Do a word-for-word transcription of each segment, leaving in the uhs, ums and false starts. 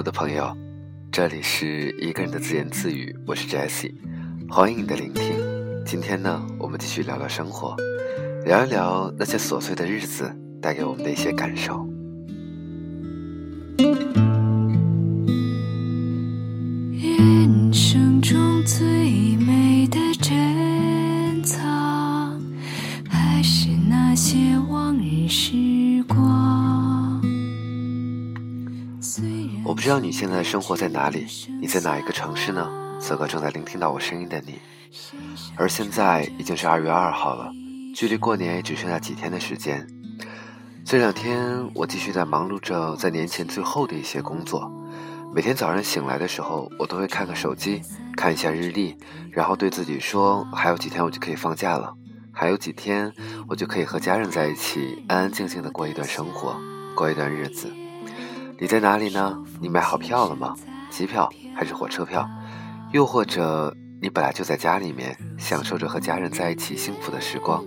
的朋友，这里是一个人的自言自语，我是 Jessie， 欢迎你的聆听。今天呢，我们继续聊聊生活，聊一聊那些琐碎的日子带给我们的一些感受。 人生中最美的珍藏，还是那些往日时光。 我不知道你现在生活在哪里，你在哪一个城市呢？此刻正在聆听到我声音的你。而现在已经是二月二号了，距离过年也只剩下几天的时间。这两天我继续在忙碌着在年前最后的一些工作。每天早上醒来的时候，我都会看看手机，看一下日历，然后对自己说，还有几天我就可以放假了，还有几天我就可以和家人在一起，安安静静的过一段生活，过一段日子。你在哪里呢？你买好票了吗？机票还是火车票？又或者你本来就在家里面，享受着和家人在一起幸福的时光。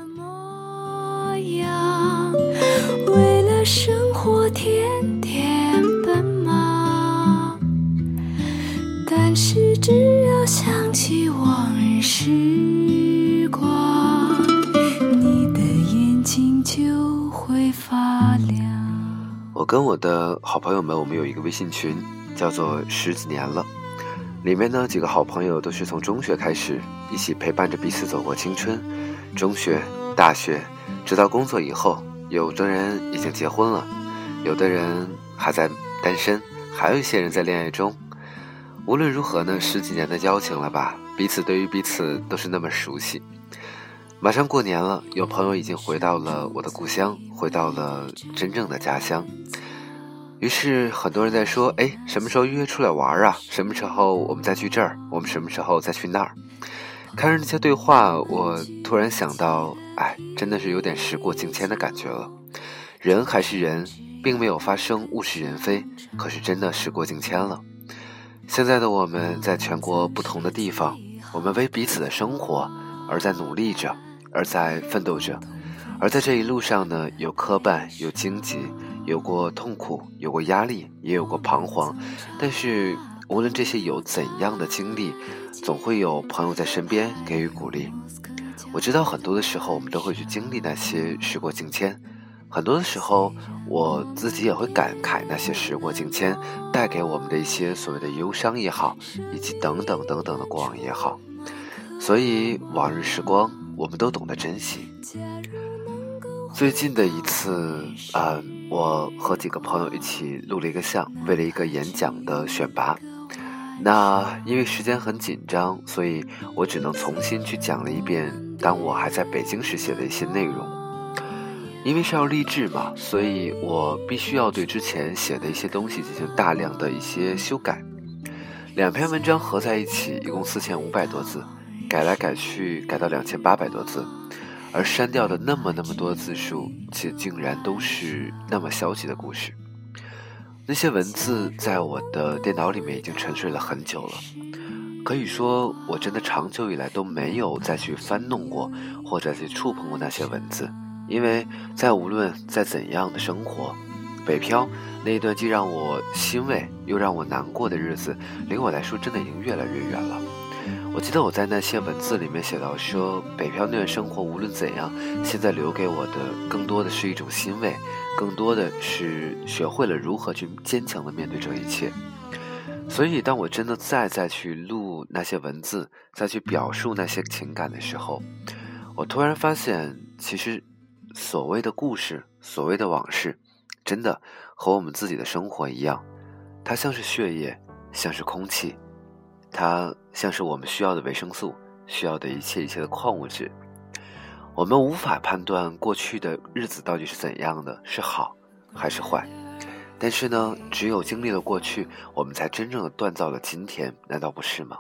为了生活天天奔忙，但是只要想起往日时光，你的眼睛就会发亮。 我跟我的好朋友们，我们有一个微信群，叫做十几年了。里面呢，几个好朋友都是从中学开始，一起陪伴着彼此走过青春，中学、大学，直到工作以后，有的人已经结婚了，有的人还在单身，还有一些人在恋爱中。无论如何呢，十几年的交情了吧，彼此对于彼此都是那么熟悉。马上过年了，有朋友已经回到了我的故乡，回到了真正的家乡。于是很多人在说，哎，什么时候约出来玩啊？什么时候我们再去这儿？我们什么时候再去那儿？看着那些对话，我突然想到，哎，真的是有点时过境迁的感觉了。人还是人，并没有发生物是人非，可是真的时过境迁了。现在的我们在全国不同的地方，我们为彼此的生活而在努力着，而在奋斗着。而在这一路上呢，有磕绊，有荆棘，有过痛苦，有过压力，也有过彷徨。但是无论这些有怎样的经历，总会有朋友在身边给予鼓励。我知道很多的时候我们都会去经历那些时过境迁，很多的时候我自己也会感慨那些时过境迁带给我们的一些所谓的忧伤也好，以及等等等等的过往也好。所以往日时光我们都懂得珍惜。最近的一次嗯，我和几个朋友一起录了一个像，为了一个演讲的选拔。那因为时间很紧张，所以我只能重新去讲了一遍当我还在北京时写的一些内容。因为是要励志嘛，所以我必须要对之前写的一些东西进行大量的一些修改。两篇文章合在一起一共四千五百多字，改来改去改到两千八百多字，而删掉的那么那么多字数，且竟然都是那么消极的故事。那些文字在我的电脑里面已经沉睡了很久了，可以说我真的长久以来都没有再去翻弄过或者去触碰过那些文字。因为在无论在怎样的生活，北漂那一段既让我欣慰又让我难过的日子，离我来说真的已经越来越远了。我记得我在那些文字里面写到说，北漂那段生活无论怎样，现在留给我的更多的是一种欣慰，更多的是学会了如何去坚强的面对这一切。所以当我真的再再去录那些文字，再去表述那些情感的时候，我突然发现，其实所谓的故事，所谓的往事，真的和我们自己的生活一样，它像是血液，像是空气，它像是我们需要的维生素，需要的一切一切的矿物质。我们无法判断过去的日子到底是怎样的，是好还是坏，但是呢，只有经历了过去，我们才真正的锻造了今天，难道不是吗？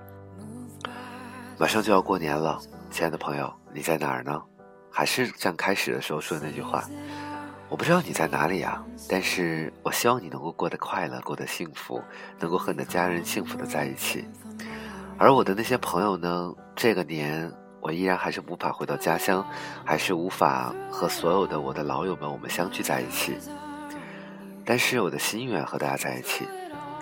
马上就要过年了，亲爱的朋友，你在哪儿呢？还是像开始的时候说的那句话，我不知道你在哪里啊，但是我希望你能够过得快乐，过得幸福，能够和你的家人幸福的在一起。而我的那些朋友呢，这个年我依然还是无法回到家乡，还是无法和所有的我的老友们我们相聚在一起，但是我的心愿和大家在一起。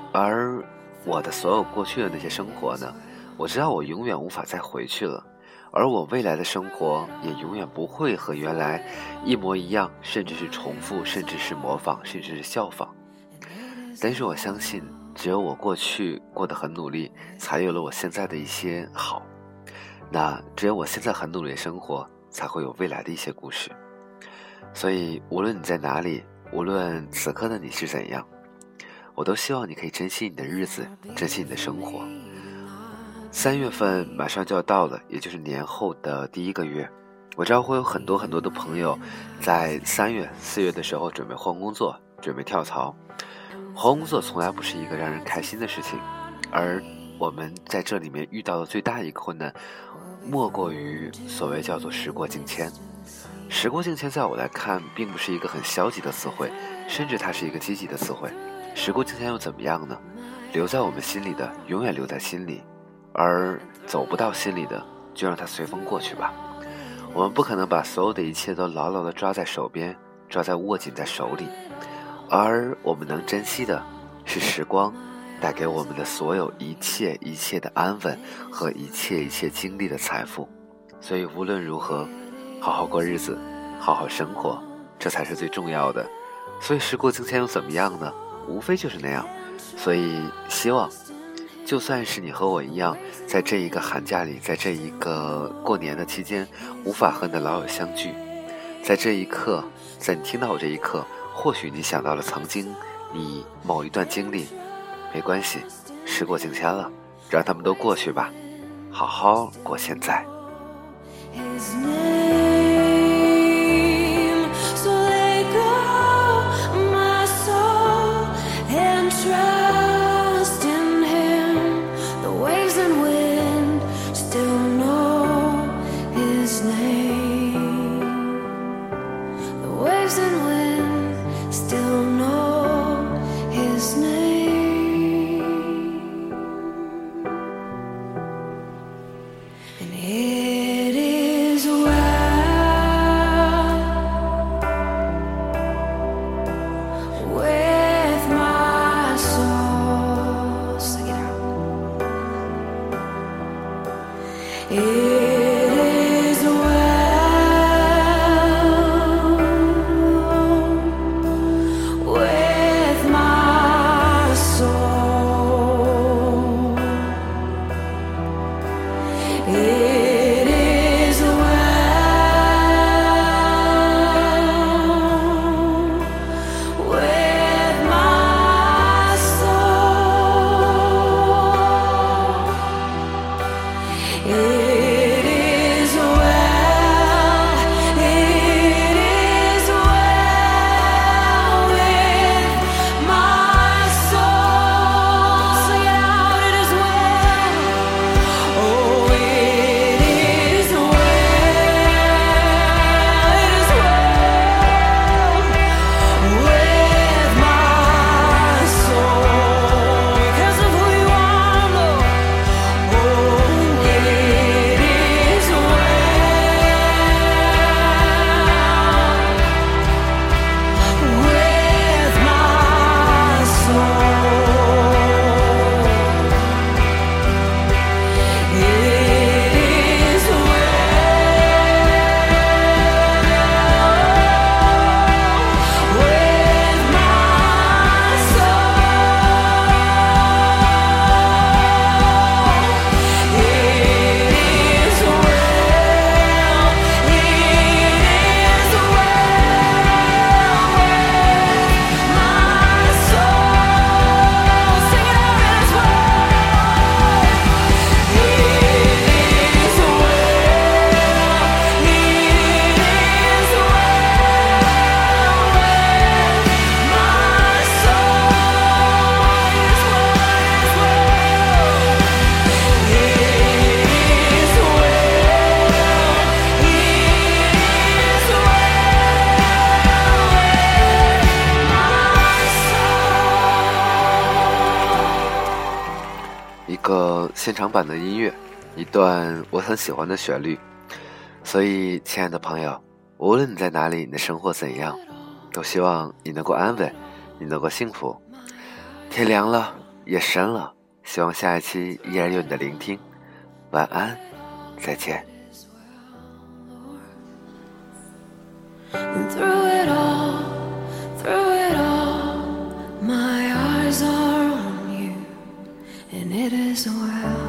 而我的所有过去的那些生活呢，我知道我永远无法再回去了，而我未来的生活也永远不会和原来一模一样，甚至是重复，甚至是模仿，甚至是效仿。但是我相信，只有我过去过得很努力，才有了我现在的一些好。那只有我现在很努力生活，才会有未来的一些故事。所以无论你在哪里，无论此刻的你是怎样，我都希望你可以珍惜你的日子，珍惜你的生活。三月份马上就要到了，也就是年后的第一个月。我知道会有很多很多的朋友在三月四月的时候准备换工作，准备跳槽。换工作从来不是一个让人开心的事情，而我们在这里面遇到的最大一个困难，莫过于所谓叫做时过境迁。时过境迁在我来看并不是一个很消极的词汇，甚至它是一个积极的词汇。时过境迁又怎么样呢？留在我们心里的永远留在心里，而走不到心里的就让它随风过去吧。我们不可能把所有的一切都牢牢地抓在手边，抓在握紧在手里，而我们能珍惜的是时光带给我们的所有一切一切的安稳和一切一切经历的财富。所以无论如何，好好过日子，好好生活，这才是最重要的。所以时过境迁又怎么样呢？无非就是那样。所以希望就算是你和我一样，在这一个寒假里，在这一个过年的期间无法和你的老友相聚，在这一刻，在你听到我这一刻，或许你想到了曾经你某一段经历。没关系，时过境迁了，让他们都过去吧，好好过现在。现场版的音乐，一段我很喜欢的旋律。所以亲爱的朋友，无论你在哪里，你的生活怎样，都希望你能够安稳，你能够幸福。天凉了， 夜深了，希望下一期依然有你的聆听。晚安，再见。 And through it all, through it all, my eyes are on you, and it is well.